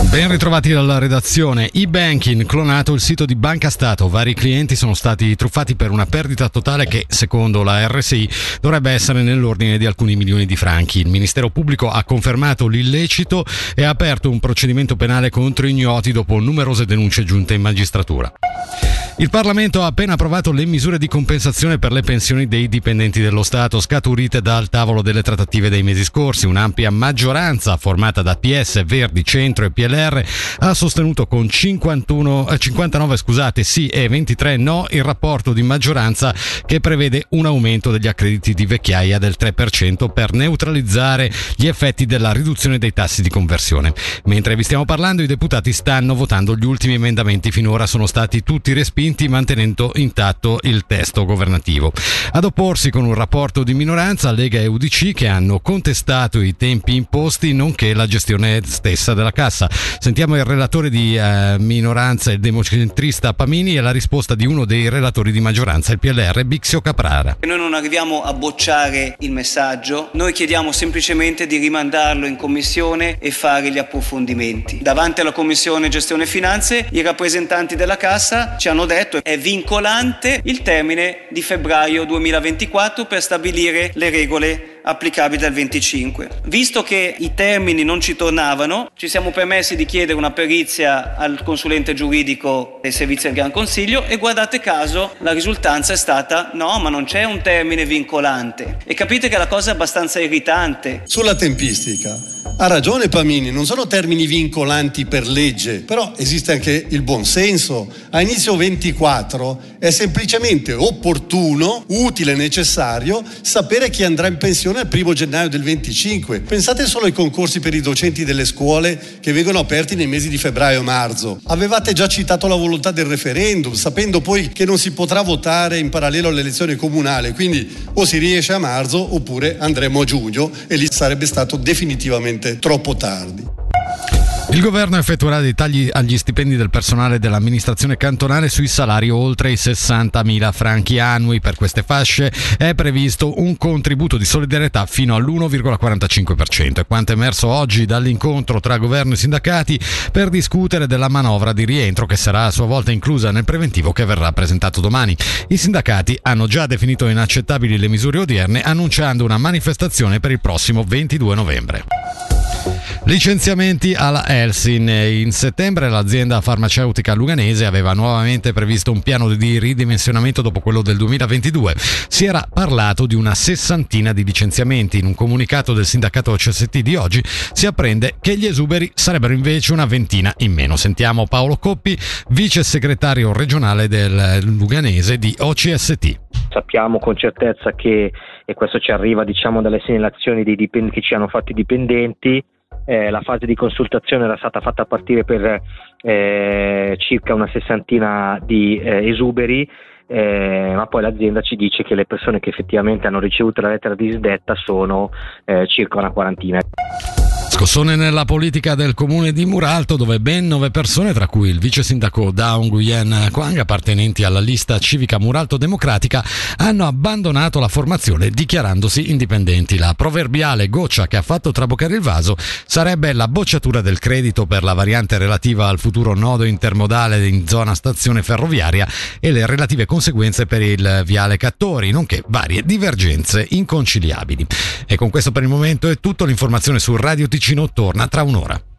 Ben ritrovati dalla redazione. E-Banking, clonato il sito di Banca Stato. Vari clienti sono stati truffati per una perdita totale che, secondo la RSI, dovrebbe essere nell'ordine di alcuni milioni di franchi. Il Ministero Pubblico ha confermato l'illecito e ha aperto un procedimento penale contro ignoti dopo numerose denunce giunte in magistratura. Il Parlamento ha appena approvato le misure di compensazione per le pensioni dei dipendenti dello Stato scaturite dal tavolo delle trattative dei mesi scorsi. Un'ampia maggioranza formata da PS, Verdi, Centro e PLR ha sostenuto con 59 sì e 23 no il rapporto di maggioranza che prevede un aumento degli accrediti di vecchiaia del 3% per neutralizzare gli effetti della riduzione dei tassi di conversione. Mentre vi stiamo parlando, i deputati stanno votando gli ultimi emendamenti. Finora sono stati tutti respinti, mantenendo intatto il testo governativo. Ad opporsi con un rapporto di minoranza Lega e UDC, che hanno contestato i tempi imposti nonché la gestione stessa della cassa. Sentiamo il relatore di minoranza, il democentrista Pamini, e la risposta di uno dei relatori di maggioranza, il PLR, Bixio Caprara. Noi non arriviamo a bocciare il messaggio, noi chiediamo semplicemente di rimandarlo in commissione e fare gli approfondimenti. Davanti alla commissione gestione e finanze i rappresentanti della cassa ci hanno detto è vincolante il termine di febbraio 2024 per stabilire le regole applicabili dal 25. Visto che i termini non ci tornavano, ci siamo permessi di chiedere una perizia al consulente giuridico dei servizi del Gran Consiglio e guardate caso la risultanza è stata no, ma non c'è un termine vincolante. E capite che la cosa è abbastanza irritante. Sulla tempistica ha ragione Pamini, non sono termini vincolanti per legge, però esiste anche il buon senso. A inizio 24 è semplicemente opportuno, utile e necessario sapere chi andrà in pensione al 1 gennaio del 25. Pensate solo ai concorsi per i docenti delle scuole che vengono aperti nei mesi di febbraio e marzo. Avevate già citato la volontà del referendum, sapendo poi che non si potrà votare in parallelo all'elezione comunale, quindi o si riesce a marzo oppure andremo a giugno e lì sarebbe stato definitivamente troppo tardi. Il governo effettuerà dei tagli agli stipendi del personale dell'amministrazione cantonale sui salari oltre i 60.000 franchi annui. Per queste fasce è previsto un contributo di solidarietà fino all'1,45%. È quanto emerso oggi dall'incontro tra governo e sindacati per discutere della manovra di rientro, che sarà a sua volta inclusa nel preventivo che verrà presentato domani. I sindacati hanno già definito inaccettabili le misure odierne, annunciando una manifestazione per il prossimo 22 novembre. Licenziamenti alla Elsin. In settembre l'azienda farmaceutica luganese aveva nuovamente previsto un piano di ridimensionamento dopo quello del 2022. Si era parlato di una 60ina di licenziamenti. In un comunicato del sindacato CST di oggi si apprende che gli esuberi sarebbero invece una 20ina in meno. Sentiamo Paolo Coppi, vice segretario regionale del luganese di OCST. Sappiamo con certezza che, e questo ci arriva dalle segnalazioni dei che ci hanno fatto i dipendenti, la fase di consultazione era stata fatta a partire per circa una 60ina di esuberi, ma poi l'azienda ci dice che le persone che effettivamente hanno ricevuto la lettera di disdetta sono circa una 40ina. Scossone nella politica del comune di Muralto, dove ben 9 persone, tra cui il vice sindaco Dao Nguyen Quang, appartenenti alla lista civica Muralto Democratica, hanno abbandonato la formazione dichiarandosi indipendenti. La proverbiale goccia che ha fatto traboccare il vaso sarebbe la bocciatura del credito per la variante relativa al futuro nodo intermodale in zona stazione ferroviaria e le relative conseguenze per il viale Cattori, nonché varie divergenze inconciliabili. E con questo per il momento è tutto. L'informazione su Radio Ticino torna tra un'ora.